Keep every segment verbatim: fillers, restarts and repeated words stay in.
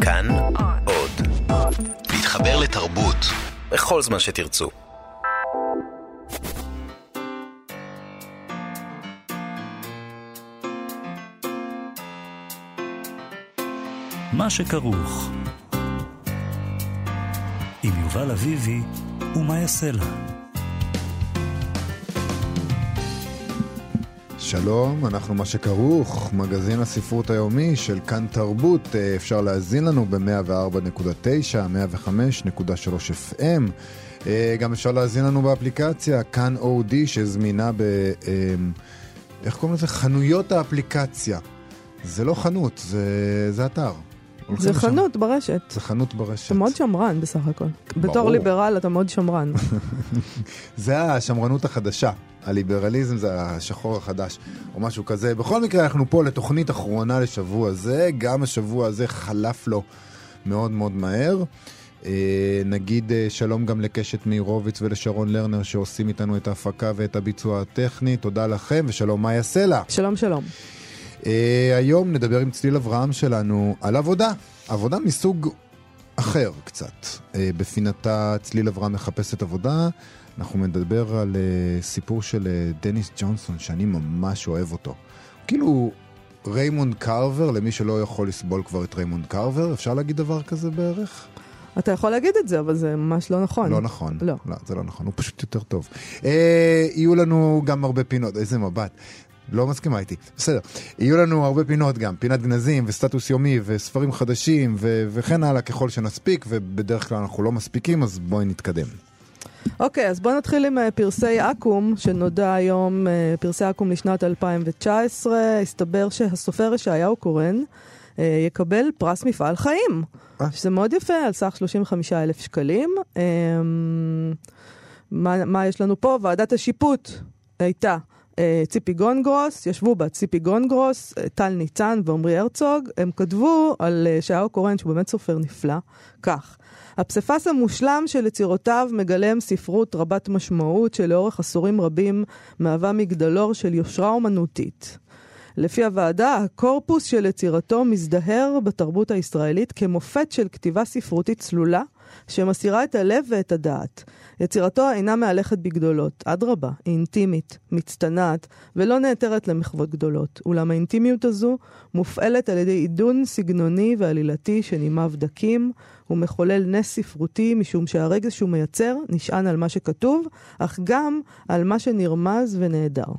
כאן עוד. להתחבר לתרבות בכל זמן שתרצו. מה שכרוך עם יובל אביבי ומה יעשה לה. שלום, אנחנו מה שכרוך, מגזין הספרות היומי של כאן תרבות. אפשר להזין לנו ב-מאה וארבע נקודה תשע, מאה וחמש נקודה שלוש אף אם. גם אפשר להזין לנו באפליקציה כאן אודי שזמינה ב... איך קוראים לזה? חנויות האפליקציה. זה לא חנות, זה, זה אתר. זה חנות ברשת. זה חנות ברשת. אתה מאוד שמרן בסך הכל. ברור. בתור ליברל אתה מאוד שמרן. זה השמרנות החדשה. הליברליזם זה השחור החדש, או משהו כזה. בכל מקרה, אנחנו פה לתוכנית אחרונה לשבוע זה. גם השבוע הזה חלף לו מאוד מאוד מהר. אה, נגיד אה, שלום גם לקשת מאירוביץ ולשרון לרנר שעושים איתנו את ההפקה ואת הביצוע הטכני. תודה לכם, ושלום מה יעשה לה. שלום שלום. Uh, היום נדבר עם צליל אברהם שלנו על עבודה, עבודה מסוג אחר קצת. Uh, בפינתה צליל אברהם מחפשת עבודה, אנחנו מדבר על uh, סיפור של uh, דניס ג'ונסון, שאני ממש אוהב אותו. כאילו ריימונד קרבר, למי שלא יכול לסבול כבר את ריימונד קרבר, אפשר להגיד דבר כזה בערך? אתה יכול להגיד את זה, אבל זה ממש לא נכון. לא נכון. לא. לא, זה לא נכון, הוא פשוט יותר טוב. Uh, יהיו לנו גם הרבה פינות, איזה מבט. לא מסכימה איתי, בסדר. יהיו לנו הרבה פינות גם, פינת גנזים וסטטוס יומי וספרים חדשים ו- וכן הלאה ככל שנספיק, ובדרך כלל אנחנו לא מספיקים, אז בואי נתקדם. אוקיי, אז בואו נתחיל עם פרסי אקום, שנודע היום פרסי אקום לשנת אלפיים תשע עשרה. הסתבר שהסופר ישעיהו קורן יקבל פרס מפעל חיים, שזה מאוד יפה, על סך שלושים וחמישה אלף שקלים. מה, מה יש לנו פה? ועדת השיפוט הייתה ציפי גונגרוס, ישבו בה ציפי גונגרוס, טל ניצן ועומרי הרצוג. הם כתבו על ישעיהו קורן, שהוא באמת סופר נפלא, כך: הפסיפס המושלם של יצירותיו מגלם ספרות רבת משמעות שלאורך עשורים רבים מהווה מגדלור של יושרה אומנותית. לפי הוועדה, הקורפוס של יצירתו מזדהר בתרבות הישראלית כמופת של כתיבה ספרותית צלולה שמסירה את הלב ואת הדעת. יצירתו אינה מהלכת בגדולות, אדרבה, היא אינטימית, מצטנעת ולא נעתרת למחוות גדולות. אולם האינטימיות הזו מופעלת על ידי עידון סגנוני ועלילתי שנימיו דקים. הוא מחולל נס ספרותי משום שהרגש שהוא מייצר נשען על מה שכתוב, אך גם על מה שנרמז ונהדר.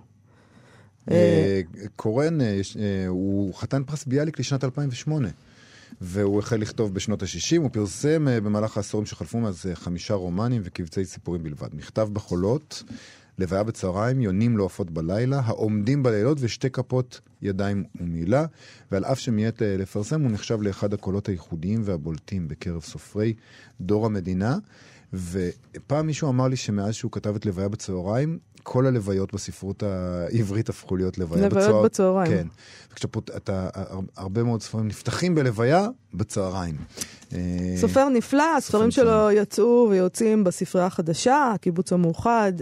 קורן הוא חתן פרס ביאליק לשנת אלפיים ושמונה, והוא החל לכתוב בשנות ה-שישים. הוא פרסם במהלך העשורים שחלפו מאז חמישה רומנים וקבצי סיפורים בלבד. מכתב בחולות, לוויה בצהריים, יונים לא עפות בלילה, העומדים בלילות ושתי כפות ידיים ומילה. ועל אף שמייט לפרסם, הוא נחשב לאחד הקולות הייחודיים והבולטים בקרב סופרי דור המדינה. ופעם מישהו אמר לי שמאז שהוא כתב את לוויה בצהריים, כל הלוויות בספרות העברית הפכו להיות לוויה בצהריים. לוויות בצהריים. כן. וכשאתה, הרבה מאוד ספרים נפתחים בלוויה בצהריים. סופר נפלא, הספרים שלו יצאו ויוצאים בספרייה החדשה, הקיבוץ המאוחד,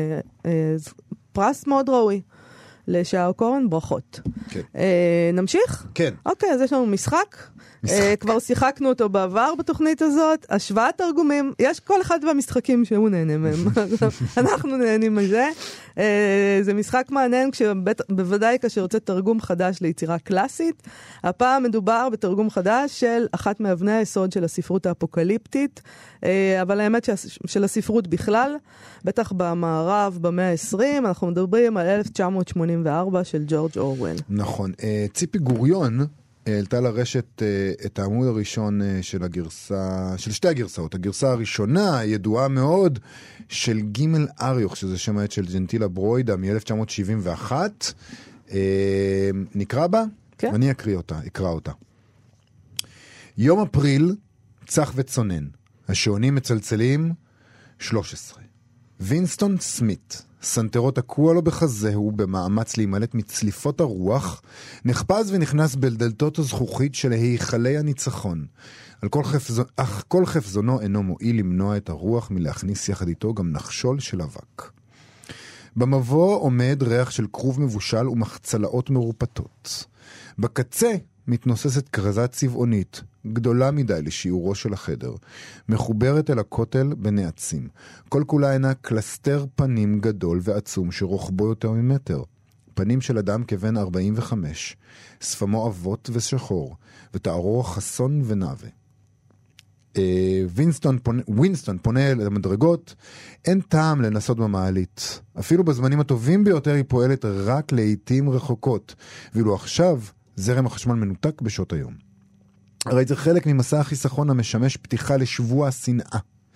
פרס מאוד ראוי. לישעיהו קורן, ברכות. כן. נמשיך? כן. אוקיי, אז יש לנו משחק. משחק. כבר שיחקנו אותו בעבר בתוכנית הזאת. השוואת תרגומים. יש כל אחד מהמשחקים שהוא נהנה מהם. אנחנו נהנים מזה. זה משחק מעניין, בוודאי כאשר יוצא תרגום חדש ליצירה קלאסית. הפעם מדובר בתרגום חדש של אחת מאבני היסוד של הספרות האפוקליפטית, אבל האמת של הספרות בכלל, בטח במערב במאה ה-עשרים, אנחנו מדברים על אלף תשע מאות שמונים וארבע של ג'ורג' אורוול. נכון. ציפי גוריון העלתה לרשת את העמוד הראשון של הגרסה, של שתי הגרסאות. הגרסה הראשונה, ידועה מאוד, של גימל אריוך, שזה שם העט של ג'נטילה ברוידה מ-אלף תשע מאות שבעים ואחת. נקרא בה? כן. אני אקריא אותה, אקרא אותה. יום אפריל צח וצונן. השעונים מצלצלים שלוש עשרה. וינסטון סמית, סנטרו תקוע לו בחזהו במאמץ להימלט מצליפות הרוח, נחפז ונכנס בדלתות הזכוכית של היכלי הניצחון. על כל חפזון, אך כל חפזונו אינו מועיל למנוע את הרוח מלהכניס יחד איתו גם נחשול של אבק. במבוא עומד ריח של כרוב מבושל ומחצלאות מרופטות. בקצה מתנוססת כרזה צבעונית, גדולה מדי לשיעורו של החדר, מחוברת אל הכותל בנעצים. כל כולה אינה קלסטר פנים גדול ועצום שרוחבו יותר ממטר. פנים של אדם כבן ארבעים וחמש, שפמו אבות ושחור, ותארו חסון ונאווה. וינסטון פונה, וינסטון פונה למדרגות, אין טעם לנסות במעלית. אפילו בזמנים הטובים ביותר היא פועלת רק לעתים רחוקות, ואילו עכשיו זרם החשמל מנותק בשעות היום. הרי זה חלק ממסע החיסכון המשמש פתיחה לשבוע השנאה.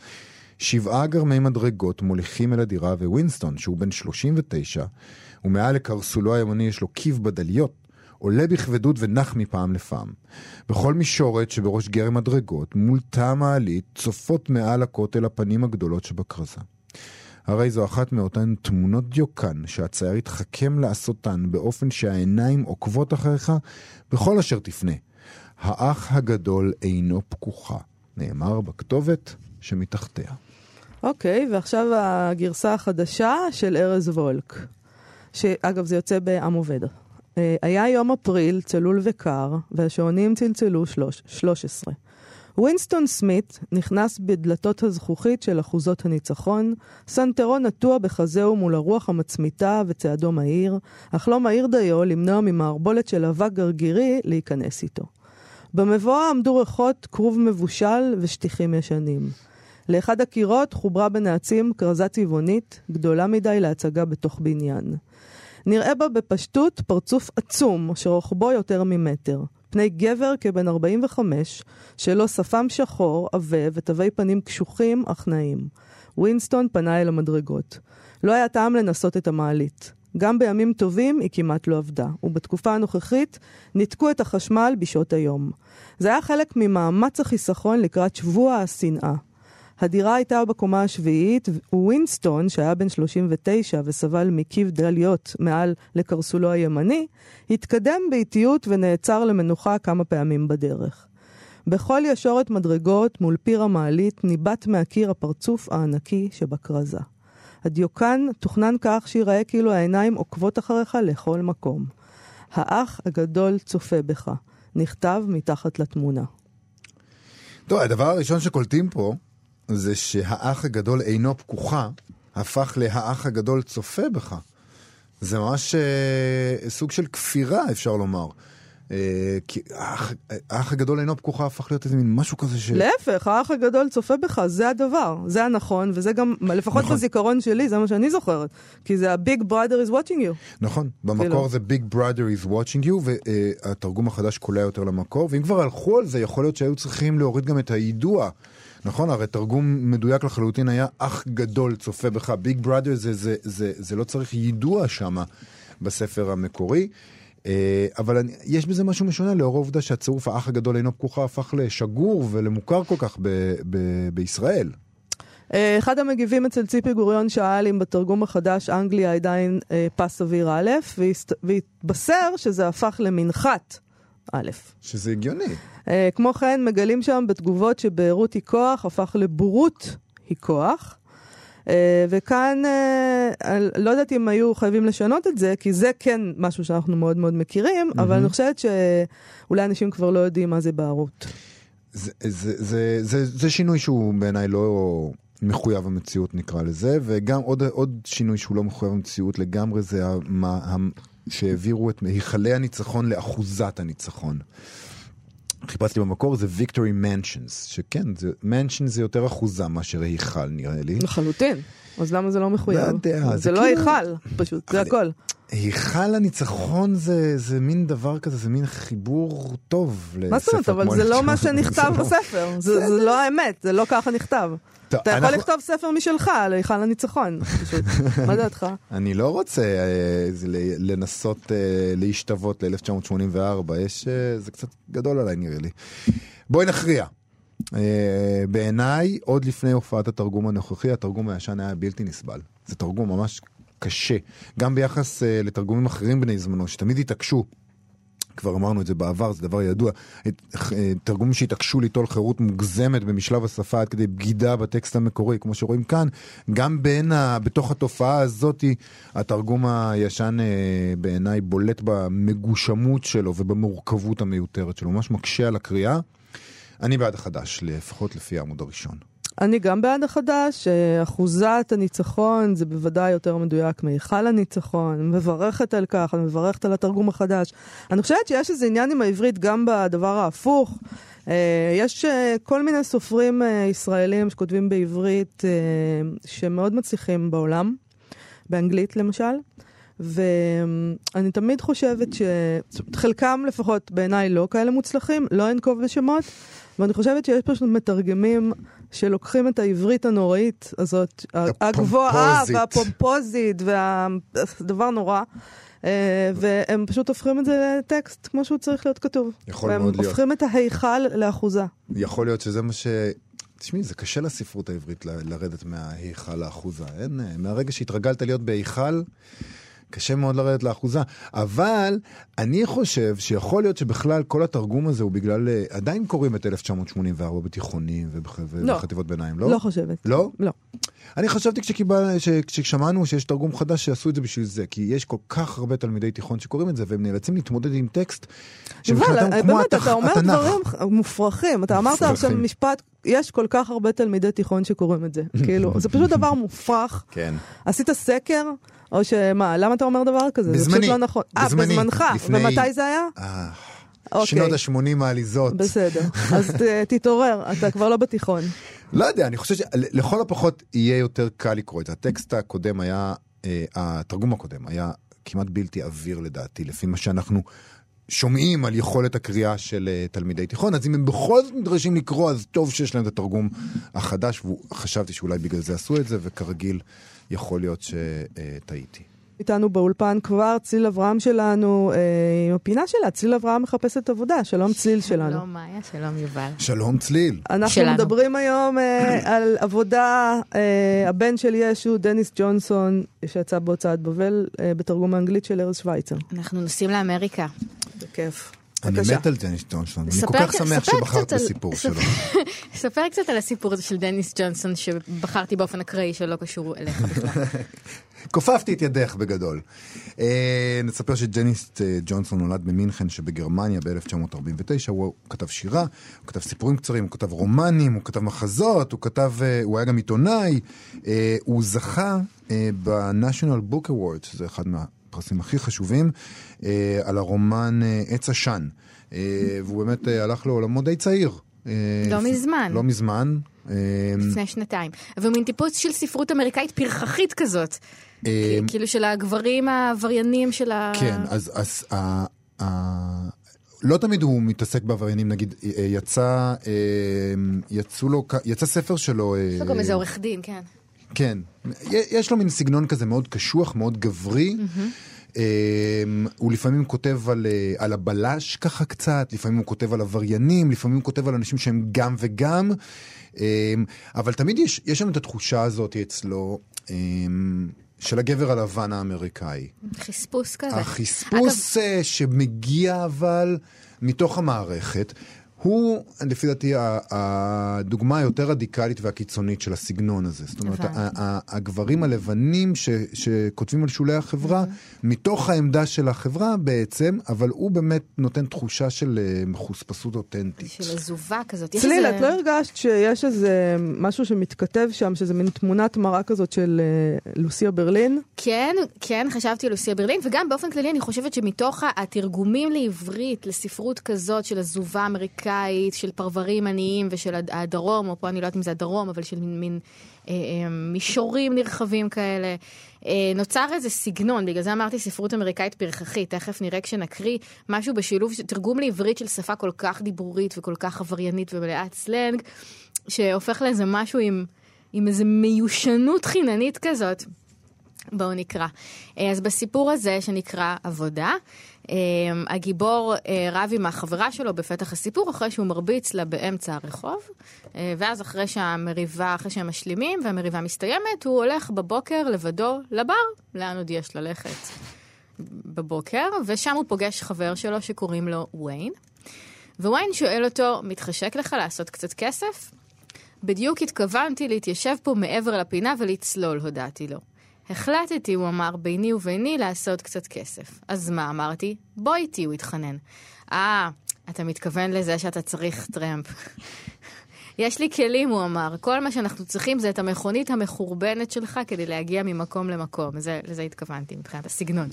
שבעה גרמי מדרגות מוליכים אל הדירה, ווינסטון, שהוא בן שלושים ותשע, ומעל לקרסולו הימני יש לו קיב בדליות, עולה בכבדות ונח מפעם לפעם. בכל מישורת שבראש גרם מדרגות, מול תא מעלית, צופות מעל הכותל הפנים הגדולות שבקרזה. הרי זו אחת מאותן תמונות דיוקן שהצייר יתחכם לעשותן באופן שהעיניים עוקבות אחריך בכל אשר תפנה. האח הגדול אינו פקוחה, נאמר בכתובת שמתחתיה. אוקיי, ועכשיו הגרסה החדשה של ארז וולק, שאגב זה יוצא בעם עובד. היה יום אפריל, צלול וקר, והשעונים צלצלו שלוש עשרה. ווינסטון סמית נכנס בדלתות הזכוכית של אחוזות הניצחון, סנטרו נטוע בחזהו מול הרוח המצמיתה וצעדו מהיר, אך לא מהיר דיו למנוע ממערבולת של אבק גרגירי להיכנס איתו. במבואה עמדו ריחות כרוב מבושל ושטיחים ישנים. לאחד הקירות חוברה בנעצים כרזה צבעונית, גדולה מדי להצגה בתוך בניין. נראה בה בפשטות פרצוף עצום שרוחבו יותר ממטר. פני גבר כבן ארבעים וחמש, שלו שפם שחור, עבה ותווי פנים קשוחים אך נעים. ווינסטון פנה אל המדרגות. לא היה טעם לנסות את המעלית. גם בימים טובים היא כמעט לא עבדה, ובתקופה הנוכחית ניתקו את החשמל בשעות היום. זה היה חלק ממאמץ החיסכון לקראת שבוע השנאה. הדירה הייתה בקומה השביעית, ווינסטון, שהיה בן שלושים ותשע וסבל מקיב דליות מעל לקרסולו הימני, התקדם באיטיות ונעצר למנוחה כמה פעמים בדרך. בכל ישורת מדרגות מול פיר המעלית ניבט מהקיר הפרצוף הענקי שבקרזה. הדיוקן תוכנן כך שיראה כאילו העיניים עוקבות אחריך לכל מקום. האח הגדול צופה בך, נכתב מתחת לתמונה. טוב, הדבר הראשון שקולטים פה, זה שהאח הגדול אינו פקוחה, הפך להאח הגדול צופה בך. זה ממש אה, סוג של כפירה, אפשר לומר. אה, כי האח, האח הגדול אינו פקוחה הפך להיות איזה מין משהו כזה ש... להפך, האח הגדול צופה בך, זה הדבר, זה הנכון, וזה גם, לפחות נכון. בזיכרון שלי, זה מה שאני זוכרת. כי זה ה-Big Brother is watching you. נכון, במקור כאילו. זה Big Brother is watching you, והתרגום החדש קולע יותר למקור, ואם כבר הלכו על זה, יכול להיות שהיו צריכים להוריד גם את הידוע. נכון, הרי תרגום מדויק לחלוטין היה אח גדול צופה בך. ביג בראדר זה, זה, זה, זה לא צריך יידוע שמה בספר המקורי, אבל אני, יש בזה משהו משונה לאור העובדה שהצירוף האח הגדול אינו פקוחה הפך לשגור ולמוכר כל כך ב, ב, בישראל. אחד המגיבים אצל ציפי גוריון שאל אם בתרגום החדש אנגליה עדיין פס אוויר א', והתבשר שזה הפך למנחת א'. שזה הגיוני. Uh, כמו כן, מגלים שם בתגובות שבעירות היא כוח, הפך לבורות היא כוח. Uh, וכאן, uh, לא יודעת אם היו חייבים לשנות את זה, כי זה כן משהו שאנחנו מאוד מאוד מכירים, mm-hmm. אבל אני חושבת שאולי אנשים כבר לא יודעים מה זה בעירות. זה, זה, זה, זה, זה שינוי שהוא בעיניי לא מחויב המציאות נקרא לזה, וגם עוד, עוד שינוי שהוא לא מחויב המציאות לגמרי, זה מה, שהעבירו את היכלי הניצחון לאחוזת הניצחון. חיפשתי במקור, זה Victory Mansions, שכן, זה, Mansions זה יותר אחוזה מאשר היכל, נראה לי. לחלוטין. אז למה זה לא מחויב? יודע, זה, זה לא כאילו... היכל, פשוט, זה הכל. היכל הניצחון זה, זה מין דבר כזה, זה מין חיבור טוב לספר. מה זאת אומרת, אבל זה לא מה שנכתב בספר. זה, זה לא האמת, זה לא ככה נכתב. טוב, אתה יכול אנחנו... לכתוב ספר משלך על היכל הניצחון, פשוט. מה דעתך? אני לא רוצה אה, לנסות אה, להשתוות ל-אלף תשע מאות שמונים וארבע, יש, אה, זה קצת גדול עליי נראה לי. בואי נכריע. אה, בעיניי, עוד לפני הופעת התרגום הנוכחי, התרגום הישן היה בלתי נסבל. זה תרגום ממש קשה. גם ביחס אה, לתרגומים אחרים בני זמנו, שתמיד התעקשו כבר אמרנו את זה בעבר, זה דבר ידוע, תרגומים שהתעקשו ליטול חירות מוגזמת במשלב השפה עד כדי בגידה בטקסט המקורי, כמו שרואים כאן, גם בין ה, בתוך התופעה הזאת, התרגום הישן בעיניי בולט במגושמות שלו ובמורכבות המיותרת שלו, ממש מקשה על הקריאה. אני בעד החדש, לפחות לפי העמוד הראשון. אני גם בעד החדש, אחוזת הניצחון זה בוודאי יותר מדויק מהיכל הניצחון, אני מברכת על כך, אני מברכת על התרגום החדש. אני חושבת שיש איזה עניין עם העברית גם בדבר ההפוך. יש כל מיני סופרים ישראלים שכותבים בעברית שמאוד מצליחים בעולם, באנגלית למשל, ואני תמיד חושבת שחלקם לפחות בעיניי לא כאלה מוצלחים, לא אנקוב בשמות, ואני חושבת שיש פשוט מתרגמים שלוקחים את העברית הנוראית הזאת, הגבוהה והפומפוזית, והדבר נורא, והם פשוט הופכים את זה לטקסט כמו שהוא צריך להיות כתוב. יכול מאוד להיות. והם הופכים את ההיכל לאחוזה. יכול להיות שזה מה ש... תשמעי, זה קשה לספרות העברית לרדת מההיכל לאחוזה. אין, מהרגע שהתרגלת להיות בהיכל, קשה מאוד לרדת לאחוזה. אבל אני חושב שיכול להיות שבכלל כל התרגום הזה הוא בגלל... עדיין קוראים את אלף תשע מאות שמונים וארבע בתיכונים ובחטיבות ביניים, לא? לא חושבת. לא? לא. אני חשבתי כשקיבל, כששמענו שיש תרגום חדש שעשו את זה בשביל זה, כי יש כל כך הרבה תלמידי תיכון שקוראים את זה, והם נאלצים להתמודד עם טקסט שמבחינתם כמו התנ"ך. אתה אומר דברים מופרכים. אתה אמרת עכשיו משפט, יש כל כך הרבה תלמידי תיכון שקוראים את זה. כאילו, זה פשוט דבר מופרך. כן. עשית סקר? או שמה, למה אתה אומר דבר כזה? בזמני. זה פשוט לא נכון. אה, בזמנך. ומתי זה היה? שנות ה-שמונים העליזות. בסדר. אז תתעורר, אתה כבר לא בתיכון. לא יודע, אני חושב שלכל הפחות יהיה יותר קל לקרוא את זה. הטקסט הקודם היה, התרגום הקודם היה כמעט בלתי אוויר לדעתי, לפי מה שאנחנו שומעים על יכולת הקריאה של תלמידי תיכון, אז אם הם בכל זאת נדרשים לקרוא, אז טוב שיש להם את התרגום החדש, וחשבתי שאולי בגלל זה עשו את זה, וכרגיל יכול להיות שטעיתי. איתנו באולפן כבר ציל אברהם שלנו, עם הפינה שלה, ציל אברהם מחפשת עבודה, שלום ציל שלנו. שלום מאיה, שלום יובל. שלום ציל. אנחנו שלנו. מדברים היום על עבודה, הבן של ישו, דניס ג'ונסון, שיצא בהוצאת בבל, בתרגום האנגלית של ארז שוויצר. אנחנו נוסעים לאמריקה. בכיף. אני מת על דניס ג'ונסון, אני כל כך שמח שבחרת בסיפור שלו. ספר קצת על הסיפור הזה של דניס ג'ונסון, שבחרתי באופן אקראי שלא קשור אליך בכלל. כופפתי את ידך בגדול. נספר שדניס ג'ונסון נולד במינכן שבגרמניה ב-אלף תשע מאות ארבעים ותשע, הוא כתב שירה, הוא כתב סיפורים קצרים, הוא כתב רומנים, הוא כתב מחזות, הוא כתב, הוא היה גם עיתונאי, הוא זכה ב-National Book Award, שזה אחד מה... הפרסים הכי חשובים, אה, על הרומן אה, עץ השן. אה, והוא באמת אה, הלך לעולמו די צעיר. אה, לא מזמן. לא מזמן. אה, לפני שנתיים. אבל מין טיפוס של ספרות אמריקאית פרחחית כזאת. אה, כאילו של הגברים העבריינים של ה... כן, אז... אז ה, ה, לא תמיד הוא מתעסק בעבריינים, נגיד, יצא, אה, יצאו לו, יצא ספר שלו... יש לו גם איזה עורך דין, כן. כן, יש לו מין סגנון כזה מאוד קשוח, מאוד גברי. Mm-hmm. הוא לפעמים כותב על, על הבלש ככה קצת, לפעמים הוא כותב על עבריינים, לפעמים הוא כותב על אנשים שהם גם וגם. אבל תמיד יש, יש לנו את התחושה הזאת אצלו, של הגבר הלבן האמריקאי. חספוס כזה. החספוס אגב... שמגיע אבל מתוך המערכת. הוא, לפי דעתי, הדוגמה היותר רדיקלית והקיצונית של הסגנון הזה. זאת אומרת, הגברים הלבנים שכותבים על שולי החברה, מתוך העמדה של החברה בעצם, אבל הוא באמת נותן תחושה של מחוספסות אותנטית. של עזובה כזאת. צליל, את לא הרגשת שיש איזה משהו שמתכתב שם, שזה מין תמונת מראה כזאת של לוסיה ברלין? כן, כן, חשבתי על לוסיה ברלין, וגם באופן כללי אני חושבת שמתוך התרגומים לעברית, לספרות כזאת של עזובה אמריקאית, של פרברים עניים ושל הדרום, או פה אני לא יודעת אם זה הדרום, אבל של מין, מין אה, אה, מישורים נרחבים כאלה. אה, נוצר איזה סגנון, בגלל זה אמרתי ספרות אמריקאית פרחחית, תכף נראה כשנקריא משהו בשילוב, תרגום לעברית של שפה כל כך דיבורית וכל כך עבריינית ומלאת סלנג, שהופך לאיזה משהו עם, עם איזה מיושנות חיננית כזאת. בואו נקרא. אז בסיפור הזה שנקרא עבודה, הגיבור רב עם החברה שלו בפתח הסיפור, אחרי שהוא מרביץ לה באמצע הרחוב, ואז אחרי שהמריבה, אחרי שהם משלימים והמריבה מסתיימת, הוא הולך בבוקר לבדו לבר, לאן עוד יש ללכת. בבוקר, ושם הוא פוגש חבר שלו שקוראים לו וויין, וויין שואל אותו, מתחשק לך לעשות קצת כסף? בדיוק התכוונתי להתיישב פה מעבר לפינה ולצלול, הודעתי לו. החלטתי, הוא אמר, ביני וביני לעשות קצת כסף. אז מה אמרתי? בוא איתי, הוא התחנן. אה, אתה מתכוון לזה שאתה צריך טרמפ. יש לי כלים, הוא אמר. כל מה שאנחנו צריכים זה את המכונית המחורבנת שלך כדי להגיע ממקום למקום. זה, לזה התכוונתי, מבחינת הסגנון.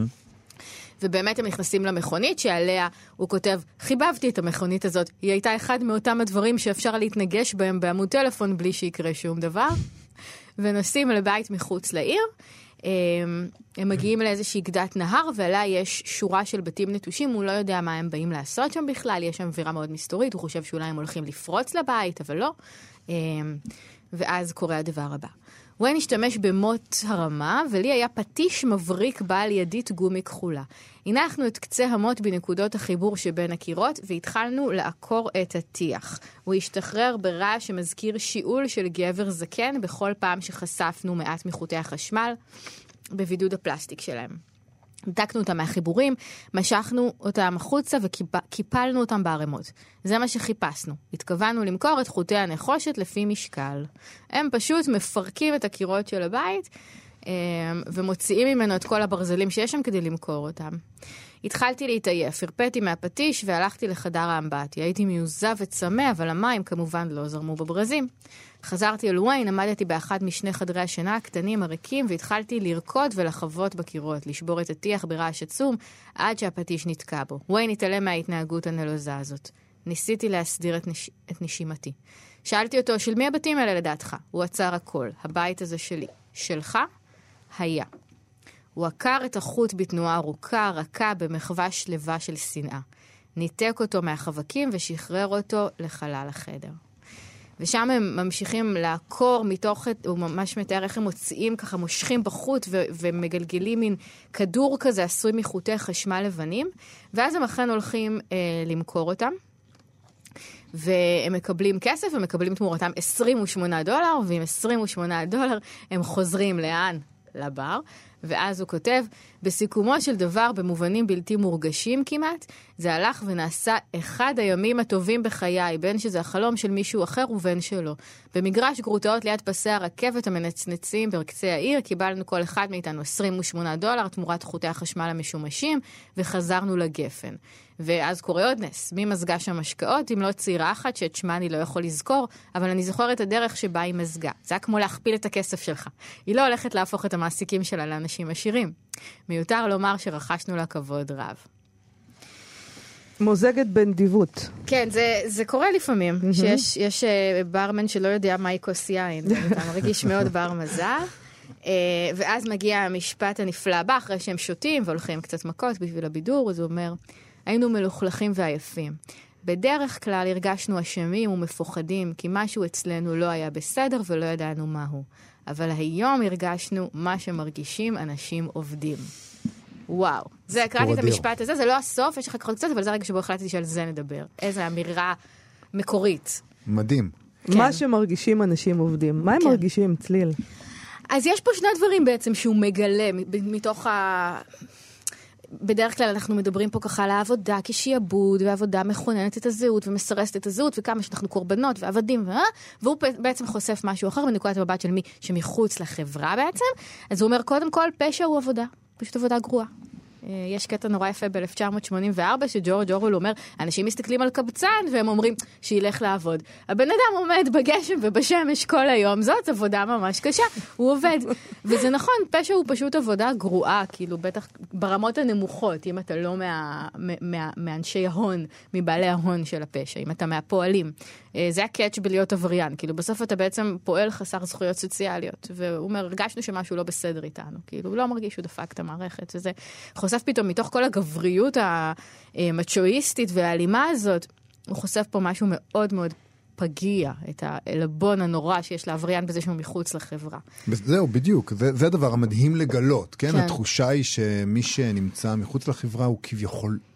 ובאמת הם נכנסים למכונית שעליה הוא כותב, חיבבתי את המכונית הזאת. היא הייתה אחד מאותם הדברים שאפשר להתנגש בהם בעמוד טלפון בלי שיקרה שום דבר. ונוסעים לבית מחוץ לעיר. הם מגיעים לאיזושהי גדת נהר, ועליה יש שורה של בתים נטושים, הוא לא יודע מה הם באים לעשות שם בכלל, יש שם אווירה מאוד מסתורית, הוא חושב שאולי הם הולכים לפרוץ לבית, אבל לא. ואז קורה הדבר הבא. וויין השתמש במוט הרמה, ולי היה פטיש מבריק בעל ידית גומי כחולה. הנחנו את קצה המוט בנקודות החיבור שבין הקירות, והתחלנו לעקור את הטיח. הוא השתחרר ברעש שמזכיר שיעול של גבר זקן, בכל פעם שחשפנו מעט מחוטי החשמל, בבידוד הפלסטיק שלהם. נתקנו אותם מהחיבורים, משכנו אותם החוצה וקיפלנו אותם בערימות. זה מה שחיפשנו. התכוונו למכור את חוטי הנחושת לפי משקל. הם פשוט מפרקים את הקירות של הבית ומוציאים ממנו את כל הברזלים שיש שם כדי למכור אותם. התחלתי להתעייף, הרפאתי מהפטיש והלכתי לחדר האמבטיה. הייתי מיוזע וצמא, אבל המים כמובן לא זרמו בברזים. חזרתי אל וויין, עמדתי באחד משני חדרי השינה הקטנים הריקים, והתחלתי לרקוד ולחוות בקירות, לשבור את הטיח ברעש עצום, עד שהפטיש נתקע בו. וויין התעלם מההתנהגות הנלוזה הזאת. ניסיתי להסדיר את, נש... את נשימתי. שאלתי אותו, של מי הבתים האלה לדעתך? הוא עצר הכל. הבית הזה שלי. שלך? היה. הוא עקר את החוט בתנועה ארוכה, רכה, במחווה שלווה של שנאה. ניתק אותו מהחווקים ושחרר אותו לחלל החדר. ושם הם ממשיכים לעקור מתוך, הוא ממש מתאר איך הם מוציאים ככה, מושכים בחוט ו- ומגלגלים מין כדור כזה עשוי מחוטי חשמל לבנים, ואז הם אכן הולכים אה, למכור אותם, והם מקבלים כסף, הם מקבלים תמורתם עשרים ושמונה דולר, ועם עשרים ושמונה דולר הם חוזרים לאן? לבר, ואז הוא כותב, בסיכומו של דבר, במובנים בלתי מורגשים כמעט, זה הלך ונעשה אחד הימים הטובים בחיי, בין שזה החלום של מישהו אחר ובין שלו. במגרש גרוטאות ליד פסי הרכבת המנצנצים בקצה העיר, קיבלנו כל אחד מאיתנו עשרים ושמונה דולר, תמורת חוטי החשמל המשומשים, וחזרנו לגפן. ואז קורה עוד נס, מי מזגה שם השקעות, אם לא צעירה אחת שאת שמה אני לא יכול לזכור, אבל אני זוכר את הדרך שבה היא מזגה. זה היה כמו להכפיל את הכסף שלך. היא לא הולכת להפוך את המעסיקים שלה לאנשים עשירים. מיותר לומר שרכשנו לה כבוד רב. מוזגת בנדיבות. כן, זה, זה קורה לפעמים, mm-hmm. שיש יש, uh, ברמן שלא יודע מהי כוס יין, אתה מרגיש מאוד בר מזל. Uh, ואז מגיע המשפט הנפלא הבא, אחרי שהם שותים והולכים קצת מכות בשביל הבידור, אז הוא אומר, היינו מלוכלכים ועייפים. בדרך כלל הרגשנו אשמים ומפוחדים, כי משהו אצלנו לא היה בסדר ולא ידענו מהו. אבל היום הרגשנו מה שמרגישים אנשים עובדים. וואו. זה, קראתי את המשפט הזה, זה לא הסוף, יש לך ככה קצת, אבל זה הרגע שבו החלטתי שעל זה נדבר. איזו אמירה מקורית. מדהים. כן. מה שמרגישים אנשים עובדים. מה הם כן. מרגישים, צליל? אז יש פה שני דברים בעצם שהוא מגלה מתוך ה... בדרך כלל אנחנו מדברים פה ככה על העבודה כשיעבוד, ועבודה מכוננת את הזהות ומסרסת את הזהות, וכמה שאנחנו קורבנות ועבדים, אה? והוא בעצם חושף משהו אחר בנקודת המבט של מי שמחוץ לחברה בעצם. אז הוא אומר, קודם כל, פשע הוא עבודה. פשוט עבודה גרועה. יש קטע נורא יפה ב-אלף תשע מאות שמונים וארבע, שג'ורג' אורוול אומר, אנשים מסתכלים על קבצן, והם אומרים שילך לעבוד. הבן אדם עומד בגשם ובשמש כל היום, זאת עבודה ממש קשה, הוא עובד. וזה נכון, פשע הוא פשוט עבודה גרועה, כאילו בטח ברמות הנמוכות, אם אתה לא מה, מה, מאנשי ההון, מבעלי ההון של הפשע, אם אתה מהפועלים. זה הקאץ' בלהיות עבריין, כאילו בסוף אתה בעצם פועל חסר זכויות סוציאליות, והוא אומר, הרגשנו שמשהו לא בסדר איתנו, כאילו הוא לא מרגיש שהוא דפק את המערכת, וזה חושף פתאום מתוך כל הגבריות המצ'ואיסטית והאלימה הזאת, הוא חושף פה משהו מאוד מאוד פגיע, את העלבון הנורא שיש לעבריין בזה שהוא מחוץ לחברה. זהו, בדיוק, זה, זה הדבר המדהים לגלות, כן? כן? התחושה היא שמי שנמצא מחוץ לחברה הוא כביכול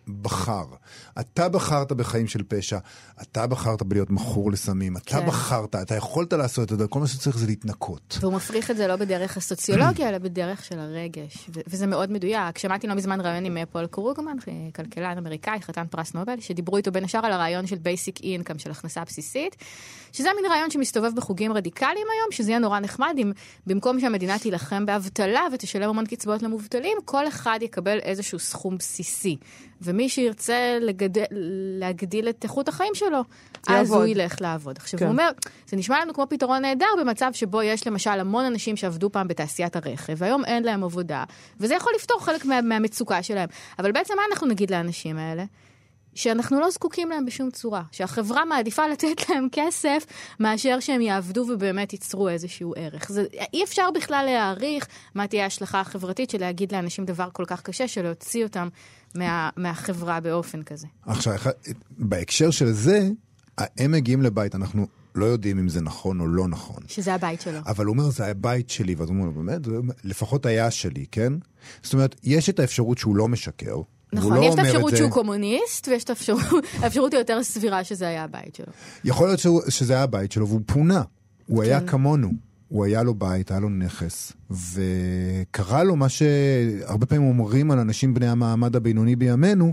בחר. אתה בחרת בחיים של פשע, אתה בחרת בלהיות מכור לסמים, אתה כן. בחרת, אתה יכולת לעשות את זה, כל מה שצריך זה להתנקות. והוא מפריך את זה לא בדרך הסוציולוגיה, אלא בדרך של הרגש. ו- וזה מאוד מדויק. שמעתי לא מזמן רעיון עם פול קרוגמן, כלכלן אמריקאי, חתן פרס נובל, שדיברו איתו בין השאר על הרעיון של basic income, של הכנסה בסיסית, שזה מין רעיון שמסתובב בחוגים רדיקליים היום, שזה יהיה נורא נחמד, אם במקום שהמדינה תילחם באבטלה ותשלם המון קצבאות למובטלים, כל אחד יקבל איזשהו סכום בסיסי. ומי שירצה לגדל, להגדיל את איכות החיים שלו, אז הוא ילך לעבוד. עכשיו, הוא אומר, זה נשמע לנו כמו פתרון נהדר במצב שבו יש למשל המון אנשים שעבדו פעם בתעשיית הרכב, והיום אין להם עבודה, וזה יכול לפתור חלק מה, מהמצוקה שלהם. אבל בעצם מה אנחנו נגיד לאנשים האלה? שאנחנו לא זקוקים להם בשום צורה, שהחברה מעדיפה לתת להם כסף מאשר שהם יעבדו ובאמת ייצרו איזשהו ערך. זה, אי אפשר בכלל להעריך מה תהיה ההשלכה החברתית של להגיד לאנשים דבר כל כך קשה, של להוציא אותם מה, מהחברה באופן כזה. עכשיו, בהקשר של זה, הם מגיעים לבית, אנחנו לא יודעים אם זה נכון או לא נכון. שזה הבית שלו. אבל הוא אומר, זה הבית שלי, ואז הוא אומר, באמת, לפחות היה שלי, כן? זאת אומרת, יש את האפשרות שהוא לא משקר, נכון, יש את האפשרות שהוא קומוניסט, ויש את האפשרות היותר סבירה שזה היה הבית שלו. יכול להיות שזה היה הבית שלו, והוא פונה. הוא היה כמונו. הוא היה לו בית, היה לו נכס, וקרה לו מה שהרבה פעמים אומרים על אנשים בני המעמד הבינוני בימינו,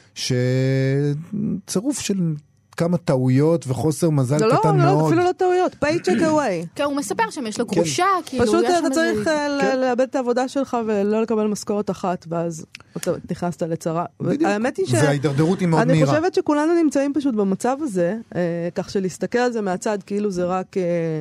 שצירוף של כמה טעויות וחוסר מזל קטן מאוד. לא, אפילו לא טעויות, paycheck away. כן, הוא מספר שם, יש לו גרושה, כאילו... פשוט אתה צריך לאבד את העבודה שלך ולא לקבל משכורת אחת, ואז אתה נכנסת לצרה. האמת היא ש... וההידרדרות היא מאוד מהירה. אני חושבת שכולנו נמצאים פשוט במצב הזה, כך שלהסתכל על זה מהצד, כאילו זה רק...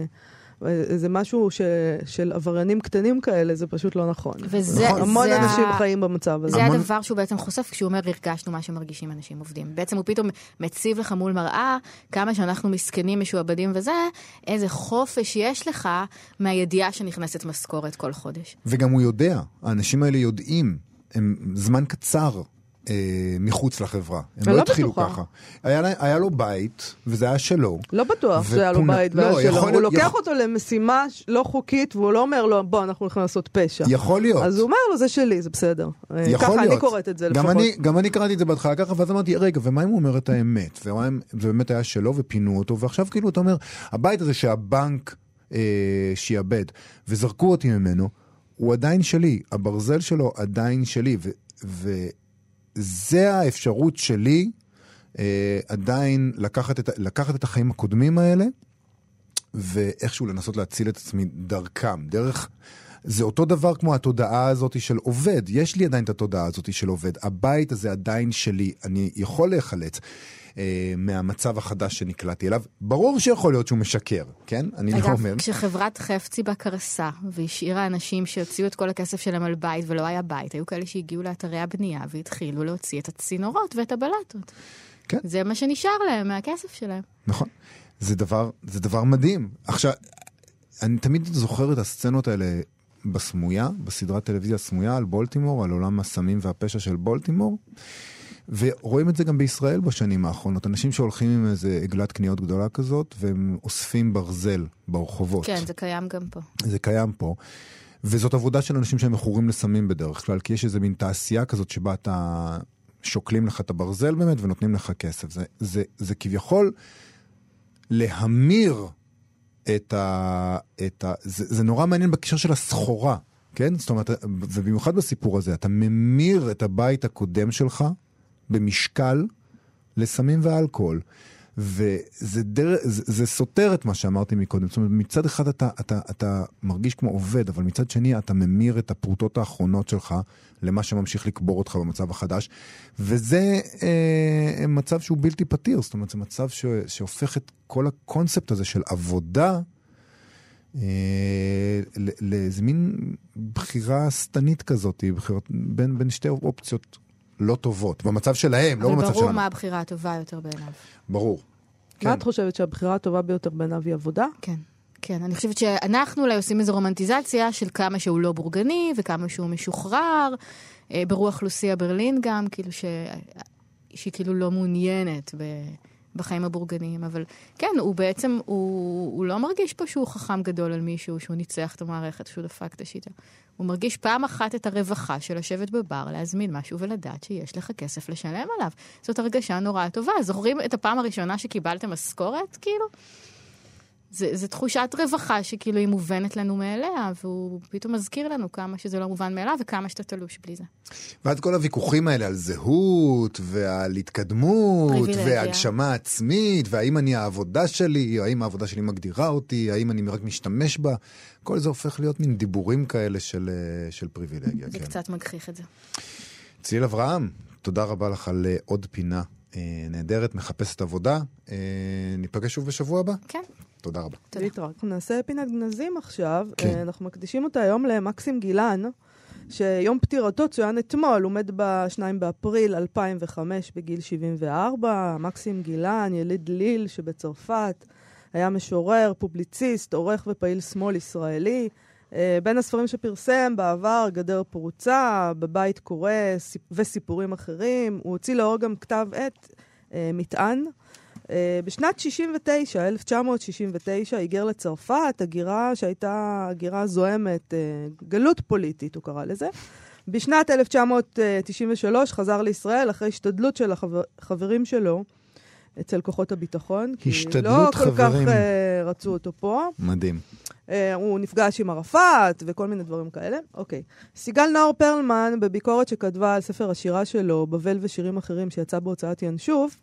זה משהו ש, של עבריינים קטנים כאלה, זה פשוט לא נכון. וזה, נכון. המון זה אנשים ה... חיים במצב הזה. זה המון... הדבר שהוא בעצם חושף כשהוא אומר, הרגשנו מה שמרגישים אנשים עובדים. בעצם הוא פתאום מציב לך מול מראה, כמה שאנחנו מסכנים, משועבדים וזה, איזה חופש יש לך מהידיעה שנכנסת משכורת כל חודש. וגם הוא יודע, האנשים האלה יודעים, הם זמן קצר, מחוץ לחברה. הם לא התחילו ככה. היה לו בית, וזה היה שלו. לא בטוח שהיה לו בית והיה שלו. הוא לוקח אותו למשימה לא חוקית, והוא לא אומר לו, בוא, אנחנו הולכים לעשות פשע. יכול להיות. אז הוא אומר לו, זה שלי, זה בסדר. ככה אני קוראת את זה לפחות. גם אני קראתי את זה בהתחלה ככה, ואז אמרתי, רגע, ומה אם הוא אומר את האמת? ובאמת היה שלו, ופינו אותו, ועכשיו כאילו אתה אומר, הבית הזה שהבנק שיאבד, וזרקו אותי ממנו, הוא עדיין שלי. הברזל שלו עדיין שלי, ו זה האפשרות שלי אה, עדיין לקחת את, לקחת את החיים הקודמים האלה, ואיכשהו לנסות להציל את עצמי דרכם. דרך, זה אותו דבר כמו התודעה הזאת של עובד. יש לי עדיין את התודעה הזאת של עובד. הבית הזה עדיין שלי. אני יכול להיחלץ אה, מהמצב החדש שנקלעתי אליו. ברור שיכול להיות שהוא משקר, כן? אני אגב, לא אומר. כשחברת חפציבה קרסה, והשאירה אנשים שהוציאו את כל הכסף שלהם על בית, ולא היה בית, היו כאלה שהגיעו לאתרי הבנייה, והתחילו להוציא את הצינורות ואת הבלטות. כן. זה מה שנשאר להם מהכסף שלהם. נכון. זה דבר, זה דבר מדהים. עכשיו, אני תמיד זוכר את הסצנות האלה בסמויה, בסדרת טלוויזיה סמויה על בולטימור, על עולם הסמים והפשע של בולטימור, ורואים את זה גם בישראל בשנים האחרונות. אנשים שהולכים עם איזה עגלת קניות גדולה כזאת, והם אוספים ברזל ברחובות. כן, זה קיים גם פה. זה קיים פה. וזאת עבודה של אנשים שהם מכורים לסמים בדרך כלל, כי יש איזה מין תעשייה כזאת שבה אתה שוקלים לך את הברזל באמת, ונותנים לך כסף. זה, זה, זה כביכול להמיר את ה... את ה זה, זה נורא מעניין בקשר של הסחורה, כן? זאת אומרת, ובמיוחד בסיפור הזה, אתה ממיר את הבית הקודם שלך, במשקל לסמים ואלכוהול, וזה דר... זה, זה סותר את מה שאמרתי מקודם. זאת אומרת, מצד אחד אתה, אתה, אתה מרגיש כמו עובד, אבל מצד שני אתה ממיר את הפרוטות האחרונות שלך למה שממשיך לקבור אותך במצב החדש, וזה אה, מצב שהוא בלתי פתיר. זאת אומרת, זה מצב ש... שהופך את כל הקונספט הזה של עבודה אה, לאיזה מין בחירה סתנית כזאת, בחירות, בין, בין שתי אופציות לא טובות, במצב שלהם, לא במצב שלנו. אבל ברור מה הבחירה הטובה יותר בעיניו. ברור. מה את חושבת שהבחירה הטובה ביותר בעיניו היא עבודה? כן, כן. אני חושבת שאנחנו אולי עושים איזו רומנטיזציה של כמה שהוא לא בורגני, וכמה שהוא משוחרר, ברוח לוסיה ברלין גם, כאילו ש... שהיא כאילו לא מעוניינת בחיים הבורגניים, אבל כן, הוא בעצם, הוא, הוא לא מרגיש פה שהוא חכם גדול על מישהו, שהוא ניצח את המערכת, שהוא דפק את השיטה. הוא מרגיש פעם אחת את הרווחה של לשבת בבר, להזמין משהו ולדעת שיש לך כסף לשלם עליו. זאת הרגשה נורא טובה. זוכרים את הפעם הראשונה שקיבלתם משכורת, כאילו? זה, זה תחושת רווחה שכאילו היא מובנת לנו מאליה, והוא פתאום מזכיר לנו כמה שזה לא מובן מאליו, וכמה שאתה תלוש בלי זה. ועד כל הוויכוחים האלה על זהות, ועל התקדמות, והגשמה עצמית, והאם אני העבודה שלי, או האם העבודה שלי מגדירה אותי, האם אני רק משתמש בה, כל זה הופך להיות מין דיבורים כאלה של, של פריבילגיה. זה כן. קצת מגחיך את זה. ציל אברהם, תודה רבה לך על עוד פינה נהדרת, מחפשת עבודה. ניפגש שוב בשבוע הבא? כן. תודה רבה. להתראות. נעשה פינת גנזים עכשיו. כן. אנחנו מקדישים אותה היום למקסים גילן, שיום פטירתו צוין אתמול, עומד ב-שניים באפריל אלפיים וחמש בגיל שבעים וארבע. מקסים גילן, יליד ליל שבצרפת, היה משורר, פובליציסט, עורך ופעיל שמאל ישראלי. בין הספרים שפרסם בעבר, גדר פרוצה, בבית קורא וסיפורים אחרים. הוא הוציא לאור גם כתב עת, מטען. בשנת שישים ותשע, אלף תשע מאות שישים ותשע, היגר לצרפת, הגירה שהייתה הגירה זוהמת, גלות פוליטית, הוא קרא לזה. בשנת אלף תשע מאות תשעים ושלוש חזר לישראל אחרי השתדלות של החברים שלו אצל כוחות הביטחון. השתדלות לא חברים. לא כל כך uh, רצו אותו פה. מדהים. Uh, הוא נפגש עם ערפאת וכל מיני דברים כאלה. אוקיי. סיגל נאור פרלמן, בביקורת שכתבה על ספר השירה שלו, בבל ושירים אחרים שיצא בהוצאת ינשוף,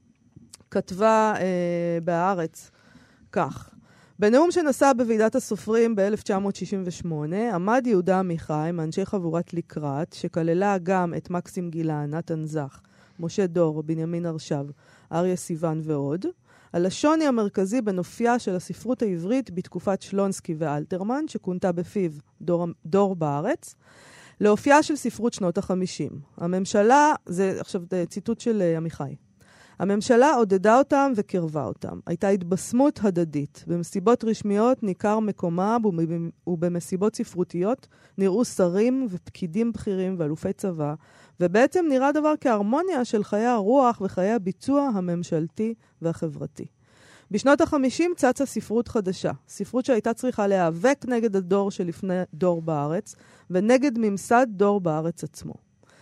כתבה אה, בהארץ כך: בנאום שנשא בוועידת הסופרים ב-אלף תשע מאות שישים ושמונה, עמד יהודה עמיחי מאנשי חבורת לקראת, שכללה גם את מקסים גילן, נתן זך, משה דור, בנימין הרשב, אריה סיוון ועוד, על השוני המרכזי בנופייה של הספרות העברית בתקופת שלונסקי ואלתרמן, שכונתה בפיו דור, דור בארץ, לאופייה של ספרות שנות החמישים. הממשלה, זה עכשיו ציטוט של uh, עמיחי, הממשלה עודדה אותם וקרבה אותם. הייתה התבשמות הדדית. במסיבות רשמיות ניכר מקומם ובמסיבות ספרותיות נראו שרים ופקידים בכירים ואלופי צבא, ובעצם נראה דבר כהרמוניה של חיי הרוח וחיי הביצוע הממשלתי והחברתי. בשנות החמישים צצה ספרות חדשה, ספרות שהייתה צריכה להיאבק נגד הדור שלפני דור בארץ, ונגד ממסד דור בארץ עצמו.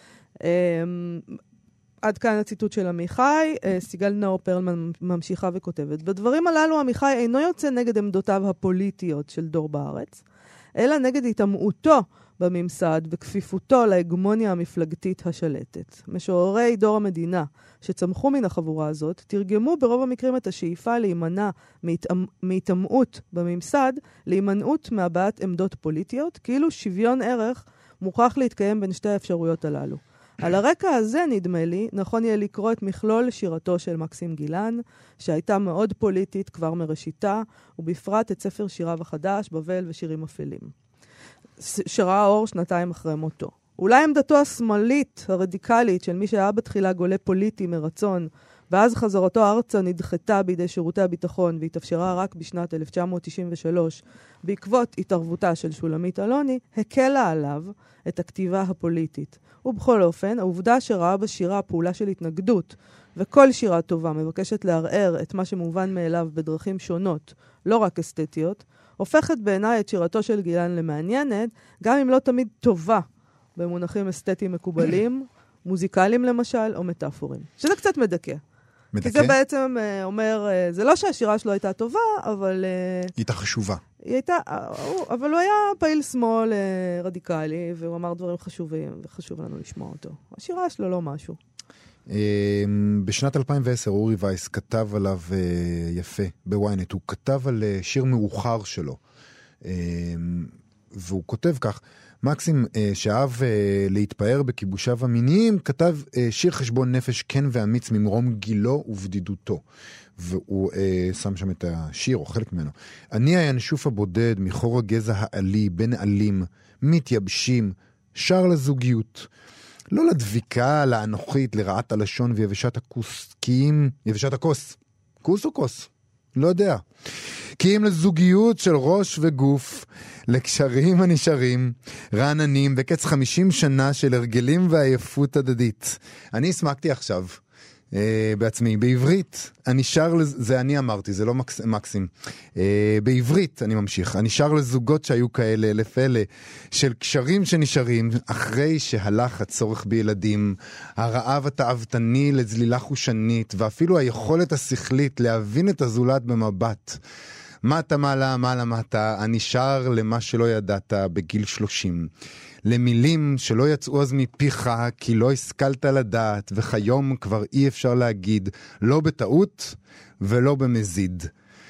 עד כאן הציטוט של עמיחי. סיגל נאור פרלמן ממשיכה וכותבת: בדברים הללו עמיחי אינו יוצא נגד עמדותיו הפוליטיות של דור בארץ, אלא נגד התאמעותו בממסד וכפיפותו להגמוניה המפלגתית השלטת. משוררי דור המדינה שצמחו מן החבורה הזאת תרגמו ברוב המקרים את השאיפה להימנע מהתאמעות בממסד להימנעות מהבעת עמדות פוליטיות, כאילו שוויון ערך מוכרח להתקיים בין שתי האפשרויות הללו. על הרקע הזה, נדמה לי, נכון יהיה לקרוא את מכלול שירתו של מקסים גילן, שהייתה מאוד פוליטית כבר מראשיתה, ובפרט את ספר שיריו החדש, בבל ושירים אפלים, שראה אור שנתיים אחרי מותו. אולי עמדתו השמאלית, הרדיקלית, של מי שהיה בתחילה גולה פוליטי מרצון, ואז חזרתו ארצה נדחתה בידי שירותי הביטחון, והתאפשרה רק בשנת אלף תשע מאות תשעים ושלוש, בעקבות התערבותה של שולמית אלוני, הקלה עליו את הכתיבה הפוליטית. ובכל אופן, העובדה שראה בשירה פעולה של התנגדות, וכל שירה טובה מבקשת לערער את מה שמובן מאליו בדרכים שונות, לא רק אסתטיות, הופכת בעיניי את שירתו של גילן למעניינת, גם אם לא תמיד טובה, במונחים אסתטיים מקובלים, מוזיקליים למשל, או מטאפורים. שזה קצת מדכא. מדכא? כי זה בעצם uh, אומר, uh, זה לא שהשירה שלו הייתה טובה, אבל... Uh, היא הייתה חשובה. היא הייתה, uh, uh, אבל הוא היה פעיל שמאל uh, רדיקלי, והוא אמר דברים חשובים, וחשוב לנו לשמוע אותו. השירה שלו לא משהו. Uh, בשנת אלפיים ועשר אורי וייס כתב עליו uh, יפה בוויינט, הוא כתב על uh, שיר מאוחר שלו, uh, והוא כותב כך: מקסים, שאהב להתפאר בכיבושיו המיניים, כתב שיר חשבון נפש כן ואמיץ ממרום גילו ובדידותו. והוא שם שם את השיר, או חלק ממנו. אני הינשוף הבודד, מחור הגזע העלי, בין עלים, מתייבשים, שר לזוגיות. לא לדביקה, לאנוכית, לרעת הלשון ויבשת הכוס, כי אם יבשת הכוס. כוס או כוס? לא יודע. כי אם לזוגיות של ראש וגוף, לקשרים הנשארים, רעננים, בקץ חמישים שנה של הרגלים ועייפות הדדית. אני הסמקתי עכשיו בעצמי, בעברית, אני שר, זה אני אמרתי, זה לא מקס, מקסים. בעברית, אני ממשיך, אני שר לזוגות שהיו כאלה, אלף אלה, של קשרים שנשארים, אחרי שהלך הצורך בילדים, הרעב התאוותני לזלילה חושנית, ואפילו היכולת השכלית להבין את הזולת במבט. מטה מעלה, מעלה מטה, אני שר למה שלא ידעת בגיל שלושים. למילים שלא יצאו אז מפיך כי לא השכלת לדעת, וכיום כבר אי אפשר להגיד, לא בטעות ולא במזיד.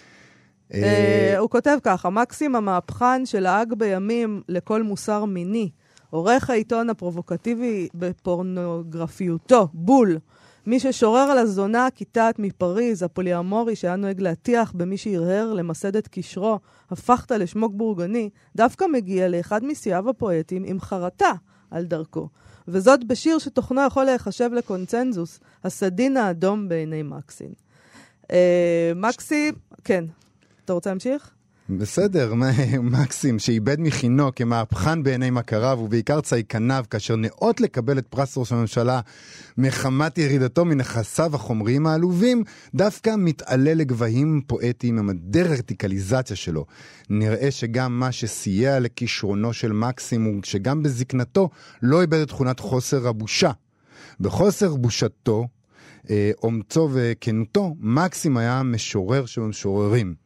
הוא כותב ככה, מקסים המהפכן שלהג בימים לכל מוסר מיני, עורך העיתון הפרובוקטיבי בפורנוגרפיותו, בול, מי ששורר על הזונה הכיתת מפריז, הפוליאמורי שהיה נוהג להטיח במי שירהר למסד את קשרו, הפכת לשמוק בורגני, דווקא מגיע לאחד משיאיו הפואטים עם חרטה על דרכו. וזאת בשיר שתוכנו יכול להיחשב לקונצנזוס, הסדין האדום בעיני מקסין. אה, מקסי, כן, אתה רוצה להמשיך? בסדר, מקסים שאיבד מכינו כמהפכן בעיני מכריו ובעיקר צייקניו כאשר נאות לקבל את פרס ראש הממשלה מחמת ירידתו מנכסיו החומריים העלובים, דווקא מתעלה לגבהים פואטיים עם הדרטיקליזציה שלו. נראה שגם מה שסייע לכישרונו של מקסים הוא שגם בזקנתו לא איבד את תכונת חוסר הבושה. בחוסר בושתו, אומצו וכנותו, מקסים היה משורר שבמשוררים.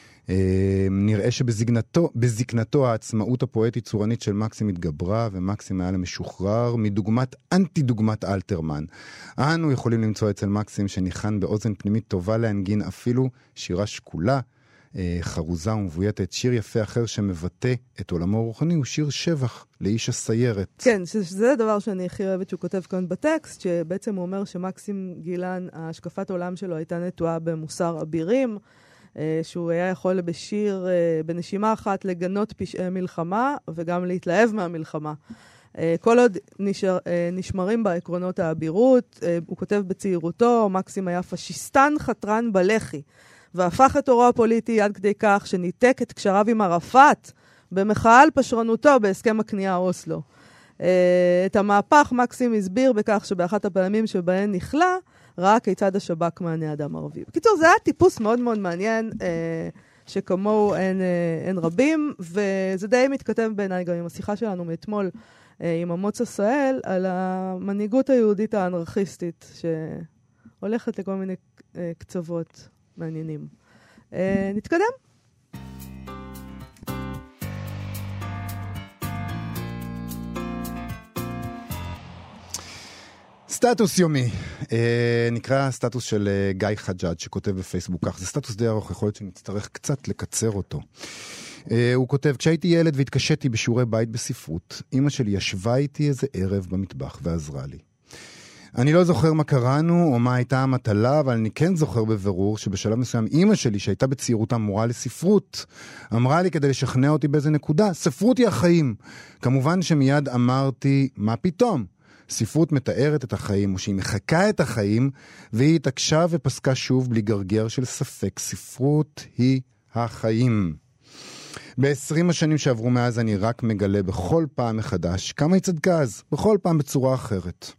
נראה שבזקנתו בזקנתו העצמאות הפואטית צורנית של מקסים התגברה, ומקסים היה למשוחרר מדוגמת אנטי דוגמת אלתרמן. אנו יכולים למצוא אצל מקסים שניחן באוזן פנימית טובה להנגין אפילו שירה שקולה, חרוזה ומבויתת. שיר יפה אחר שמבטא את עולמו הרוחני הוא שיר שבח לאיש הסיירת. כן, שזה הדבר שאני הכי אוהבת שהוא כותב כאן בטקסט, שבעצם הוא אומר שמקסים גילן, השקפת העולם שלו הייתה נטועה במוסר אבירים, שהוא היה יכול בשיר, בנשימה אחת, לגנות פשעי מלחמה, וגם להתלהב מהמלחמה. כל עוד נשאר, נשמרים בעקרונות האבירות, הוא כותב בצעירותו, מקסים היה פשיסטן חתרן בלחי, והפך את אורו הפוליטי עד כדי כך שניתק את קשריו עם ערפאת, במחאה על פשרנותו בהסכם הכניעה אוסלו. את המהפך מקסים הסביר בכך שבאחת הפעמים שבהן נכלה, ראה כיצד השב"כ מענה אדם ערבי. בקיצור, זה היה טיפוס מאוד מאוד מעניין, אה, שכמוהו אין, אה, אין רבים, וזה די מתכתב בעיניי גם עם השיחה שלנו מאתמול, אה, עם עמוץ עשהאל, על המנהיגות היהודית האנרכיסטית, שהולכת לכל מיני אה, קצוות מעניינים. אה, נתקדם. סטטוס יומי, אה, נקרא סטטוס של אה, גיא חג'אג' שכותב בפייסבוק כך, זה סטטוס די ארוך, יכול להיות שנצטרך קצת לקצר אותו. אה, הוא כותב, כשהייתי ילד והתקשיתי בשיעורי בית בספרות, אמא שלי ישבה איתי איזה ערב במטבח ועזרה לי. אני לא זוכר מה קראנו או מה הייתה המטלה, אבל אני כן זוכר בבירור שבשלב מסוים אמא שלי שהייתה בצעירותה מורה לספרות, אמרה לי כדי לשכנע אותי באיזה נקודה, ספרות היא החיים. כמובן שמיד אמרתי, מה פתאום? ספרות מתארת את החיים, או שהיא מחכה את החיים, והיא התעקשה ופסקה שוב בלי גרגר של ספק. ספרות היא החיים. ב-עשרים השנים שעברו מאז אני רק מגלה בכל פעם מחדש כמה היא צדקה אז, בכל פעם בצורה אחרת.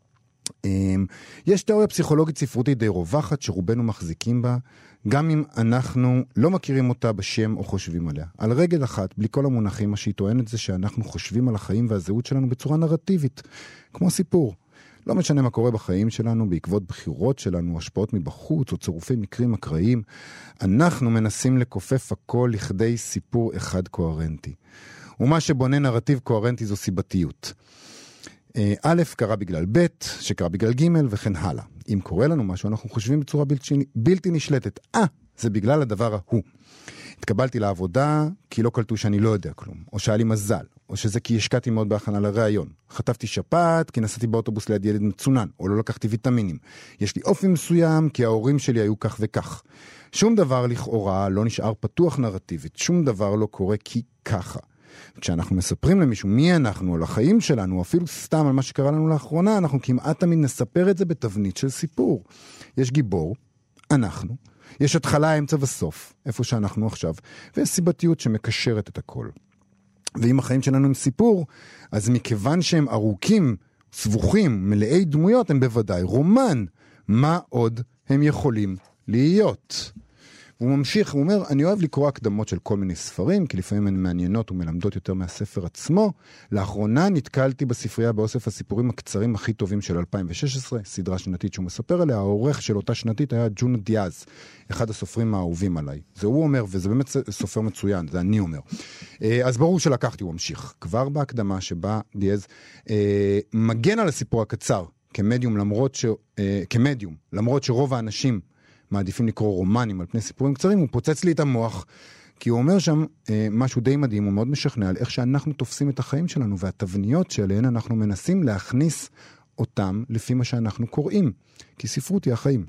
יש תיאוריה פסיכולוגית ספרותית די רווחת שרובנו מחזיקים בה, גם אם אנחנו לא מכירים אותה בשם או חושבים עליה. על רגל אחת, בלי כל המונחים, מה שהיא טוענת זה שאנחנו חושבים על החיים והזהות שלנו בצורה נרטיבית, כמו סיפור. לא משנה מה קורה בחיים שלנו, בעקבות בחירות שלנו, השפעות מבחוץ או צירופי מקרים אקראיים, אנחנו מנסים לקופף הכל לכדי סיפור אחד קוהרנטי. ומה שבונה נרטיב קוהרנטי זו סיבתיות. א', קרה בגלל ב', שקרה בגלל ג' וכן הלאה. אם קורה לנו משהו, אנחנו חושבים בצורה בלתי, בלתי נשלטת. אה, זה בגלל הדבר ההוא. התקבלתי לעבודה כי לא קלטו שאני לא יודע כלום, או שהיה לי מזל, או שזה כי השקעתי מאוד בהכנה לראיון. חטפתי שפעת כי נסעתי באוטובוס ליד ילד מצונן, או לא לקחתי ויטמינים. יש לי אופי מסוים כי ההורים שלי היו כך וכך. שום דבר לכאורה לא נשאר פתוח נרטיבית, שום דבר לא קורה כי ככה. כשאנחנו מספרים למישהו מי אנחנו, על החיים שלנו, או אפילו סתם על מה שקרה לנו לאחרונה, אנחנו כמעט תמיד נספר את זה בתבנית של סיפור. יש גיבור, אנחנו, יש התחלה, אמצע וסוף, איפה שאנחנו עכשיו, ויש סיבתיות שמקשרת את הכל. ואם החיים שלנו הם סיפור, אז מכיוון שהם ארוכים, סבוכים, מלאי דמויות, הם בוודאי רומן. מה עוד הם יכולים להיות? הוא ממשיך, הוא אומר, אני אוהב לקרוא הקדמות של כל מיני ספרים, כי לפעמים הן מעניינות ומלמדות יותר מהספר עצמו. לאחרונה נתקלתי בספרייה באוסף הסיפורים הקצרים הכי טובים של אלפיים ושש עשרה, סדרה שנתית שהוא מספר עליה. העורך של אותה שנתית היה ג'ון דיאז, אחד הסופרים האהובים עליי. זה הוא אומר, וזה באמת סופר מצוין, זה אני אומר. אז ברור שלקחתי, הוא ממשיך. כבר בהקדמה שבה דיאז אה, מגן על הסיפור הקצר, כמדיום, למרות, ש, אה, כמדיום, למרות שרוב האנשים מעדיפים לקרוא רומנים על פני סיפורים קצרים, הוא פוצץ לי את המוח, כי הוא אומר שם אה, משהו די מדהים, הוא מאוד משכנע על איך שאנחנו תופסים את החיים שלנו, והתבניות שעליהן אנחנו מנסים להכניס אותם לפי מה שאנחנו קוראים, כי ספרות היא החיים.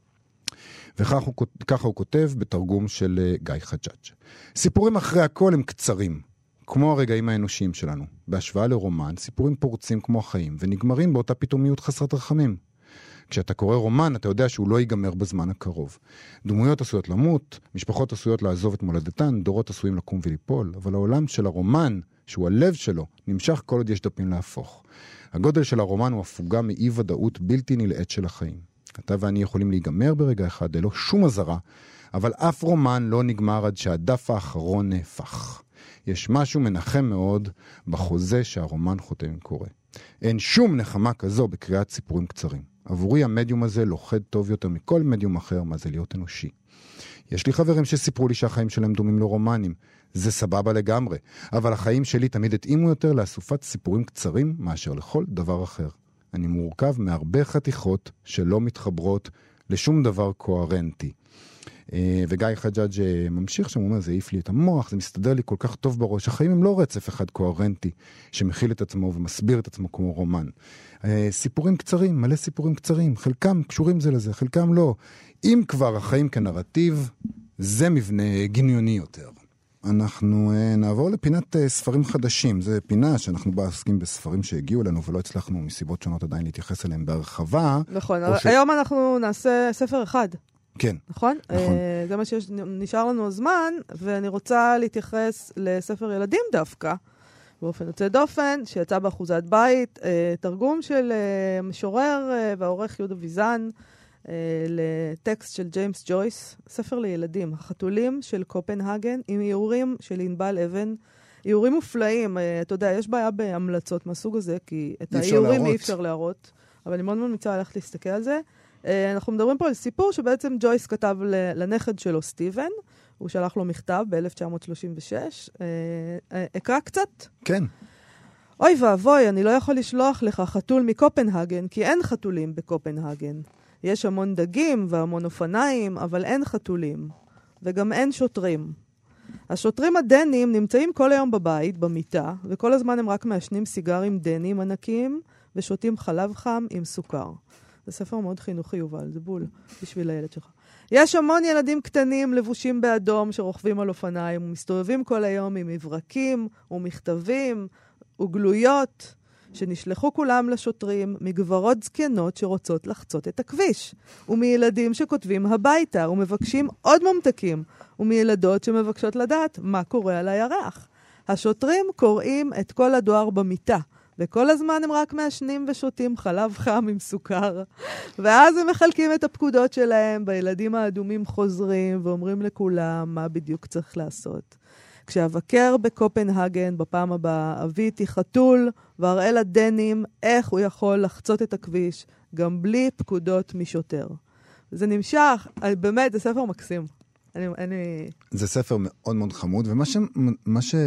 וככה הוא, הוא כותב בתרגום של אה, גיא חג'אג'. סיפורים אחרי הכל הם קצרים, כמו הרגעים האנושיים שלנו. בהשוואה לרומן, סיפורים פורצים כמו החיים, ונגמרים באותה פתאומיות חסרת רחמים. כשאתה קורא רומן, אתה יודע שהוא לא ייגמר בזמן הקרוב. דמויות עשויות למות, משפחות עשויות לעזוב את מולדתן, דורות עשויים לקום וליפול, אבל העולם של הרומן, שהוא הלב שלו, נמשך כל עוד יש דפים להפוך. הגודל של הרומן הוא הפוגה מאי ודאות בלתי נלעט של החיים. אתה ואני יכולים להיגמר ברגע אחד, ללא שום עזרה, אבל אף רומן לא נגמר עד שהדף האחרון נהפך. יש משהו מנחם מאוד בחוזה שהרומן חותם קורא. אין שום נחמה כזו בקריאת סיפורים קצרים. עבורי המדיום הזה לוחד טוב יותר מכל מדיום אחר, מה זה להיות אנושי. יש לי חברים שסיפרו לי שהחיים שלהם דומים לרומנים. זה סבבה לגמרי. אבל החיים שלי תמיד התאימו יותר לאסופת סיפורים קצרים מאשר לכל דבר אחר. אני מורכב מהרבה חתיכות שלא מתחברות לשום דבר קוהרנטי. וגיא חג'אג' ממשיך שם, הוא אומר, זה העיף לי את המוח, זה מסתדר לי כל כך טוב בראש. החיים הם לא רצף אחד קוהרנטי שמכיל את עצמו ומסביר את עצמו כמו רומן. סיפורים קצרים, מלא סיפורים קצרים, חלקם קשורים זה לזה, חלקם לא. אם כבר החיים כנרטיב, זה מבנה גניוני יותר. אנחנו נעבור לפינת ספרים חדשים. זה פינה שאנחנו בה עוסקים בספרים שהגיעו לנו ולא הצלחנו מסיבות שונות עדיין להתייחס אליהם בהרחבה. נכון, ש... היום אנחנו נעשה ספר אחד. כן. נכון? נכון. זה מה שנשאר לנו הזמן, ואני רוצה להתייחס לספר ילדים דווקא, באופן יוצא דופן, שיצא באחוזת בית, תרגום של משורר והעורך יהודה ויזן, לטקסט של ג'יימס ג'ויס, ספר לילדים, החתולים של קופנהגן, עם איורים של ענבל אבן, איורים מופלאים. אתה יודע, יש בעיה בהמלצות מהסוג הזה, כי את האיורים אי אפשר להראות, אבל אני מאוד מאוד מצאה ללכת להסתכל על זה. אנחנו מדברים פה על סיפור שבעצם ג'ויס כתב לנכד שלו סטיבן, הוא שלח לו מכתב ב-אלף תשע מאות שלושים ושש. אקרא קצת? כן. אוי ואבוי, אני לא יכול לשלוח לך חתול מקופנהגן, כי אין חתולים בקופנהגן. יש המון דגים והמון אופניים, אבל אין חתולים. וגם אין שוטרים. השוטרים הדנים נמצאים כל היום בבית, במיטה, וכל הזמן הם רק מעשנים סיגרים דנים ענקיים, ושותים חלב חם עם סוכר. זה ספר מאוד חינוכי, יובל, זה בול בשביל הילד שלך. יש המון ילדים קטנים לבושים באדום שרוכבים על אופניים, ומסתובבים כל היום עם מברקים ומכתבים וגלויות, שנשלחו כולם לשוטרים מגברות זקנות שרוצות לחצות את הכביש, ומילדים שכותבים הביתה ומבקשים עוד ממתקים, ומילדות שמבקשות לדעת מה קורה על הירח. השוטרים קוראים את כל הדואר במיטה, וכל הזמן הם רק מעשנים ושותים חלב חם עם סוכר. ואז הם מחלקים את הפקודות שלהם, והילדים האדומים חוזרים ואומרים לכולם מה בדיוק צריך לעשות. כשאבקר בקופנהגן בפעם הבאה, אביא איתי חתול והראה לדנים איך הוא יכול לחצות את הכביש, גם בלי פקודות משוטר. זה נמשך, באמת, זה ספר מקסים. אני, אני... זה ספר מאוד מאוד חמוד, ומה ש... מה ש...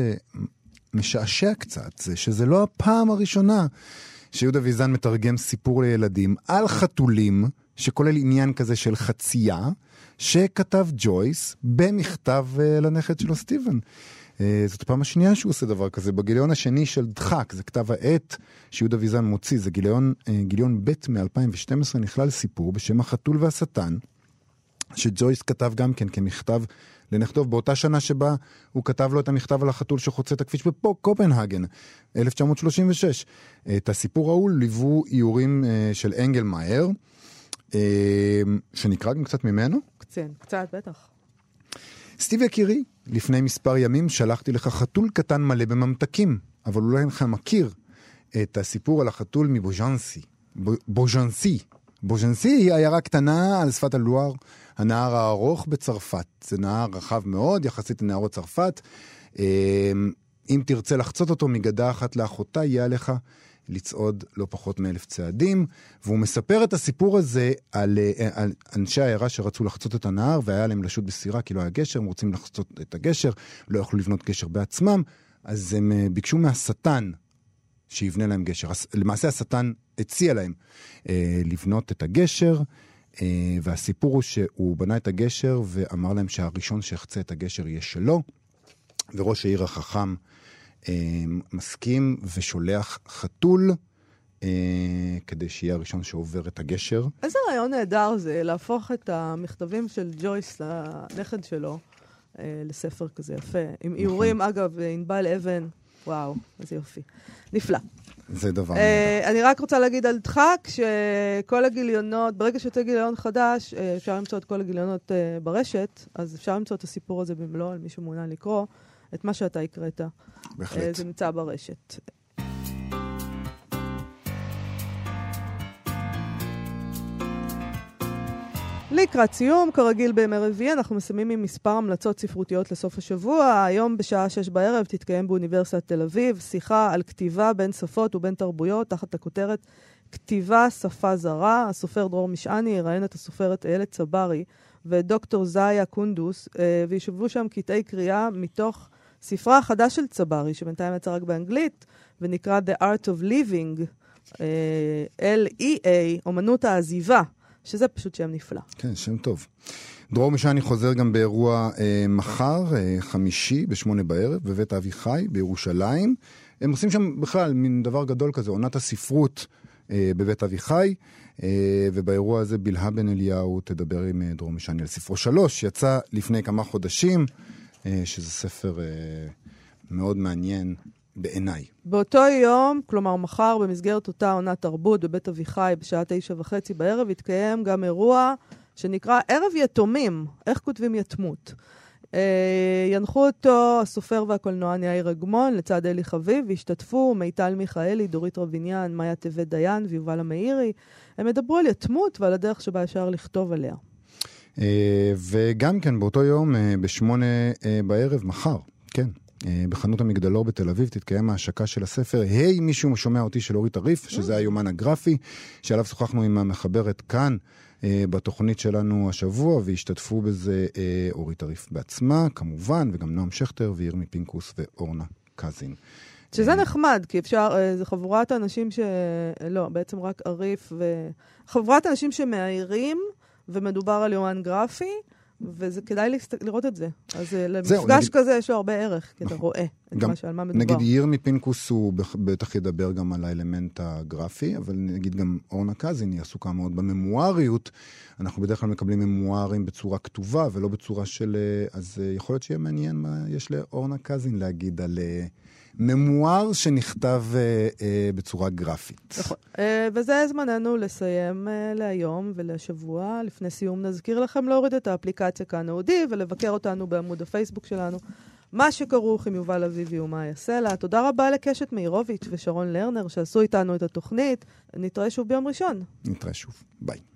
משעשע קצת, זה שזה לא הפעם הראשונה שיהודה ויזן מתרגם סיפור לילדים על חתולים, שכולל עניין כזה של חצייה, שכתב ג'ויס במכתב לנכד שלו סטיבן. זאת הפעם השנייה שהוא עושה דבר כזה. בגיליון השני של דחק, זה כתב העת שיהודה ויזן מוציא, זה גיליון, גיליון ב' מ-אלפיים ושתים עשרה, נכלל סיפור בשם החתול והשטן, שג'ויס כתב גם כן כמכתב לנכדו, באותה שנה שבה הוא כתב לו את המכתב על החתול שחוצה את הכביש בקופנהגן, אלף תשע מאות שלושים ושש. את הסיפור ההוא ליוו איורים של אנגלמאייר, שנקרא גם קצת ממנו. קצת, קצת, בטח. סטיב יקירי, לפני מספר ימים שלחתי לך חתול קטן מלא בממתקים, אבל אולי אינך מכיר את הסיפור על החתול מבוז'נסי. בוז'נסי. בוז'נסי היא עיירה קטנה על שפת הלואר, הנהר הארוך בצרפת. זה נהר רחב מאוד, יחסית לנהרות צרפת. אם תרצה לחצות אותו מגדה אחת לאחותה, יהיה עליך לצעוד לא פחות מאלף צעדים, והוא מספר את הסיפור הזה על, על אנשי העיירה שרצו לחצות את הנהר, והיה להם לשוט בסירה כי לא היה גשר, הם רוצים לחצות את הגשר, לא יכלו לבנות גשר בעצמם, אז הם ביקשו מהשטן שיבנה להם גשר. למעשה השטן הציע להם אה, לבנות את הגשר, אה, והסיפור הוא שהוא בנה את הגשר ואמר להם שהראשון שיחצה את הגשר יהיה שלו, וראש העיר החכם אה, מסכים ושולח חתול אה, כדי שיהיה הראשון שעובר את הגשר. איזה רעיון נהדר זה להפוך את המכתבים של ג'ויס לנכד שלו אה, לספר כזה יפה, עם איורים, אגב, ענבל אבן, וואו, איזה יופי. נפלא. זה דבר. Uh, אני רק רוצה להגיד על דחק, שכל הגיליונות, ברגע שיוצא גיליון חדש, uh, אפשר למצוא את כל הגיליונות uh, ברשת, אז אפשר למצוא את הסיפור הזה במלוא, על מישהו מעוניין לקרוא, את מה שאתה הקראת. בהחלט. Uh, זה נמצא ברשת. לקראת סיום, כרגיל בימי רביעי, אנחנו מסיימים עם מספר המלצות ספרותיות לסוף השבוע. היום בשעה שש בערב תתקיים באוניברסיטת תל אביב שיחה על כתיבה בין שפות ובין תרבויות, תחת הכותרת כתיבה שפה זרה. הסופר דרור משעני יראיין את הסופרת איילת צברי ודוקטור זאיה קונדוס, וישבו שם קטעי קריאה מתוך ספרה החדש של צברי, שבינתיים יצא רק באנגלית, ונקרא The Art of Living, אל אי איי, אומנות העזיבה. שזה פשוט שם נפלא. כן, שם טוב. דרור משעני חוזר גם באירוע אה, מחר, אה, חמישי, בשמונה בערב, בבית אביחי, בירושלים. הם עושים שם בכלל מין דבר גדול כזה, עונת הספרות אה, בבית אביחי, אה, ובאירוע הזה בלהה בן אליהו תדבר עם אה, דרור משעני על ספרו שלוש, יצא לפני כמה חודשים, אה, שזה ספר אה, מאוד מעניין, בעיניי. באותו יום, כלומר מחר, במסגרת אותה עונת תרבות בבית אביחי, בשעה תשע וחצי בערב, יתקיים גם אירוע שנקרא ערב יתומים, איך כותבים יתמות. אה, ינחו אותו הסופר והקולנוען יאיר אגמון, לצד אלי חביב, והשתתפו מיטל מיכאלי, דורית רביניאן, מאיה טבת דיין ויובל המאירי. הם ידברו על יתמות ועל הדרך שבה אפשר לכתוב עליה. אה, וגם כן, באותו יום, אה, בשמונה אה, בערב, מחר, כן. בחנות המגדלור בתל אביב תתקיים ההשקה של הספר היי מישהו שומע אותי של אורית עריף, שזה היומן הגרפי שעליו שוחחנו עם המחברת כאן בתוכנית שלנו השבוע, והשתתפו בזה אורית עריף בעצמה כמובן, וגם נועם שכטר וירמי פינקוס ואורנה קזין. שזה נחמד, כי אפשר, זה חבורת אנשים ש... לא, בעצם רק עריף ו... חבורת אנשים שמאיירים ומדובר על יומן גרפי, וזה כדאי לראות את זה. אז למפגש כזה יש לו הרבה ערך, כי אתה רואה את מה שעל מה מדובר. נגיד ירמי פינקוס הוא בטח ידבר גם על האלמנט הגרפי, אבל נגיד גם אורנה קזין היא עסוקה מאוד בממואריות. אנחנו בדרך כלל מקבלים ממוארים בצורה כתובה ולא בצורה של... אז יכול להיות שיהיה מעניין מה יש לאורנה קזין להגיד על ממואר שנכתב בצורה גרפית. נכון. וזה זמננו לסיים להיום ולשבוע. לפני סיום נזכיר לכם להוריד את האפליקציה כאן אודי ולבקר אותנו בעמוד הפייסבוק שלנו. מה שכרוך עם יובל אביבי ומאיה סלע. תודה רבה לקשת מאירוביץ' ושרון לרנר שעשו איתנו את התוכנית. נתראה שוב ביום ראשון. נתראה שוב. ביי.